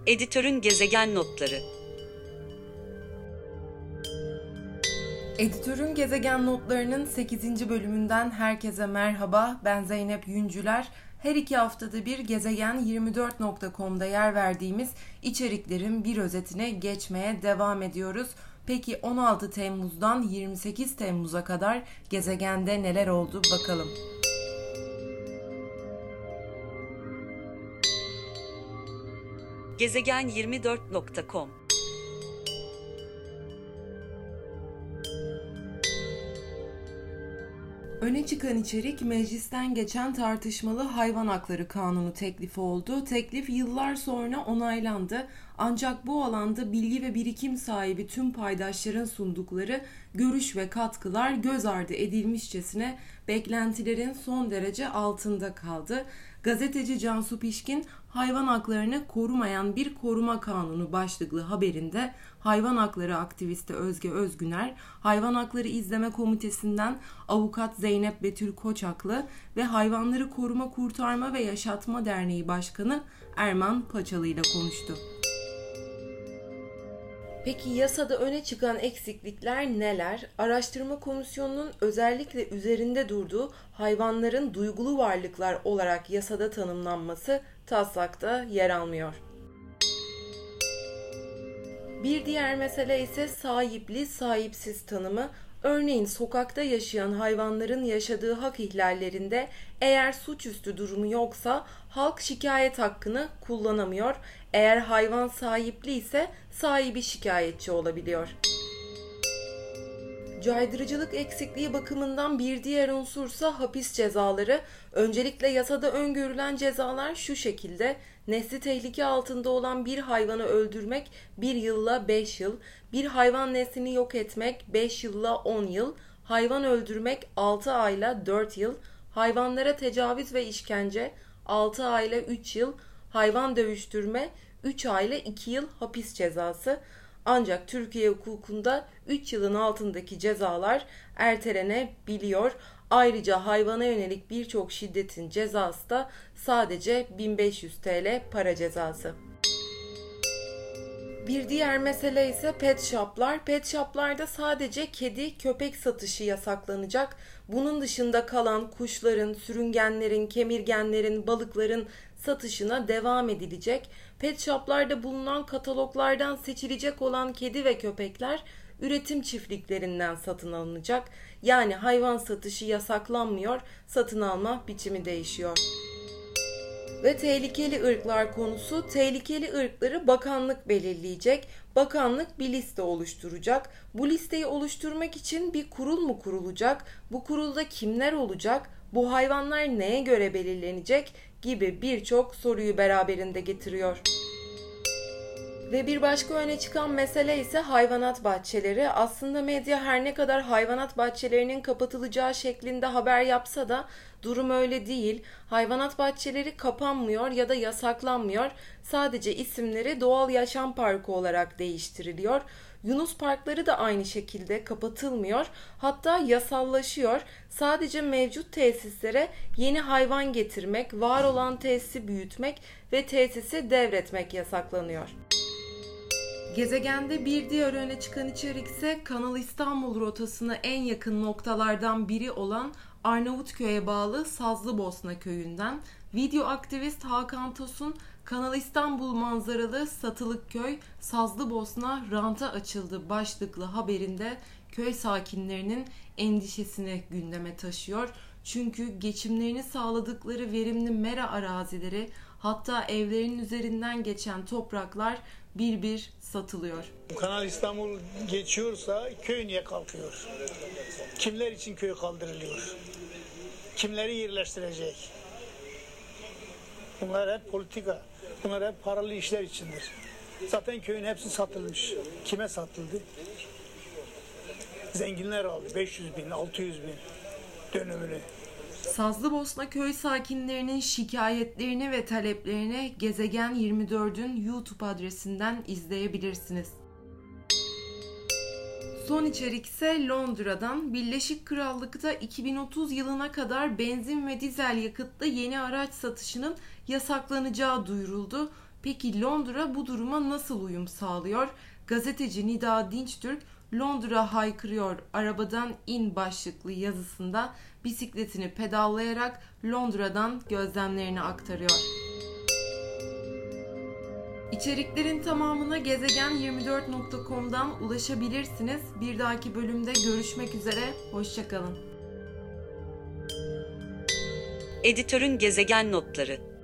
Editörün gezegen notları. Editörün gezegen notlarının 8. bölümünden herkese merhaba. Ben Zeynep Yüncüler. Her iki haftada bir gezegen24.com'da yer verdiğimiz içeriklerin bir özetine geçmeye devam ediyoruz. Peki 16 Temmuz'dan 28 Temmuz'a kadar gezegende neler oldu bakalım. Gezegen24.com. Öne çıkan içerik meclisten geçen tartışmalı hayvan hakları kanunu teklifi oldu. Teklif yıllar sonra onaylandı. Ancak bu alanda bilgi ve birikim sahibi tüm paydaşların sundukları görüş ve katkılar göz ardı edilmişçesine beklentilerin son derece altında kaldı. Gazeteci Cansu Pişkin, hayvan haklarını korumayan bir koruma kanunu başlıklı haberinde hayvan hakları aktivisti Özge Özgüner, Hayvan Hakları İzleme Komitesi'nden avukat Zeynep Betül Koçaklı ve Hayvanları Koruma Kurtarma ve Yaşatma Derneği Başkanı Erman Paçalı ile konuştu. Peki yasada öne çıkan eksiklikler neler? Araştırma Komisyonu'nun özellikle üzerinde durduğu hayvanların duygulu varlıklar olarak yasada tanımlanması taslakta yer almıyor. Bir diğer mesele ise sahipli, sahipsiz tanımı. Örneğin sokakta yaşayan hayvanların yaşadığı hak ihlallerinde eğer suçüstü durumu yoksa halk şikayet hakkını kullanamıyor. Eğer hayvan sahipli ise sahibi şikayetçi olabiliyor. Caydırıcılık eksikliği bakımından bir diğer unsursa hapis cezaları. Öncelikle yasada öngörülen cezalar şu şekilde: nesli tehlike altında olan bir hayvanı öldürmek 1 yılla 5 yıl, bir hayvan neslini yok etmek 5 yılla 10 yıl, hayvan öldürmek 6 ayla 4 yıl, hayvanlara tecavüz ve işkence 6 ayla 3 yıl, hayvan dövüştürme 3 ayla 2 yıl hapis cezası. Ancak Türkiye hukukunda 3 yılın altındaki cezalar ertelenebiliyor. Ayrıca hayvana yönelik birçok şiddetin cezası da sadece 1500 TL para cezası. Bir diğer mesele ise pet shop'lar. Pet shop'larda sadece kedi, köpek satışı yasaklanacak. Bunun dışında kalan kuşların, sürüngenlerin, kemirgenlerin, balıkların satışına devam edilecek. Pet shop'larda bulunan kataloglardan seçilecek olan kedi ve köpekler üretim çiftliklerinden satın alınacak. Yani hayvan satışı yasaklanmıyor, satın alma biçimi değişiyor. Ve tehlikeli ırklar konusu. Tehlikeli ırkları bakanlık belirleyecek. Bakanlık bir liste oluşturacak. Bu listeyi oluşturmak için bir kurul mu kurulacak? Bu kurulda kimler olacak? Bu hayvanlar neye göre belirlenecek? Gibi birçok soruyu beraberinde getiriyor. Ve bir başka öne çıkan mesele ise hayvanat bahçeleri. Aslında medya her ne kadar hayvanat bahçelerinin kapatılacağı şeklinde haber yapsa da durum öyle değil. Hayvanat bahçeleri kapanmıyor ya da yasaklanmıyor. Sadece isimleri Doğal Yaşam Parkı olarak değiştiriliyor. Yunus parkları da aynı şekilde kapatılmıyor. Hatta yasallaşıyor. Sadece mevcut tesislere yeni hayvan getirmek, var olan tesisi büyütmek ve tesisi devretmek yasaklanıyor. Gezegende bir diğer öne çıkan içerik ise Kanal İstanbul rotasına en yakın noktalardan biri olan Arnavutköy'e bağlı Sazlıbosna köyünden video aktivist Hakan Tosun, Kanal İstanbul manzaralı Satılıkköy, Sazlıbosna ranta açıldı başlıklı haberinde köy sakinlerinin endişesini gündeme taşıyor. Çünkü geçimlerini sağladıkları verimli mera arazileri, hatta evlerinin üzerinden geçen topraklar bir bir satılıyor. Kanal İstanbul geçiyorsa köy niye kalkıyor? Kimler için köy kaldırılıyor? Kimleri yerleştirecek? Bunlar hep politika. Bunlar hep paralı işler içindir. Zaten köyün hepsi satılmış. Kime satıldı? Zenginler aldı. 500 bin, 600 bin dönümünü. Sazlıbosna köy sakinlerinin şikayetlerini ve taleplerini Gezegen 24'ün YouTube adresinden izleyebilirsiniz. Son içerik ise Londra'dan. Birleşik Krallık'ta 2030 yılına kadar benzin ve dizel yakıtlı yeni araç satışının yasaklanacağı duyuruldu. Peki Londra bu duruma nasıl uyum sağlıyor? Gazeteci Nida Dinçtürk, "Londra haykırıyor, arabadan in" başlıklı yazısında bisikletini pedallayarak Londra'dan gözlemlerini aktarıyor. İçeriklerin tamamına gezegen24.com'dan ulaşabilirsiniz. Bir dahaki bölümde görüşmek üzere, hoşça kalın. Editörün gezegen notları.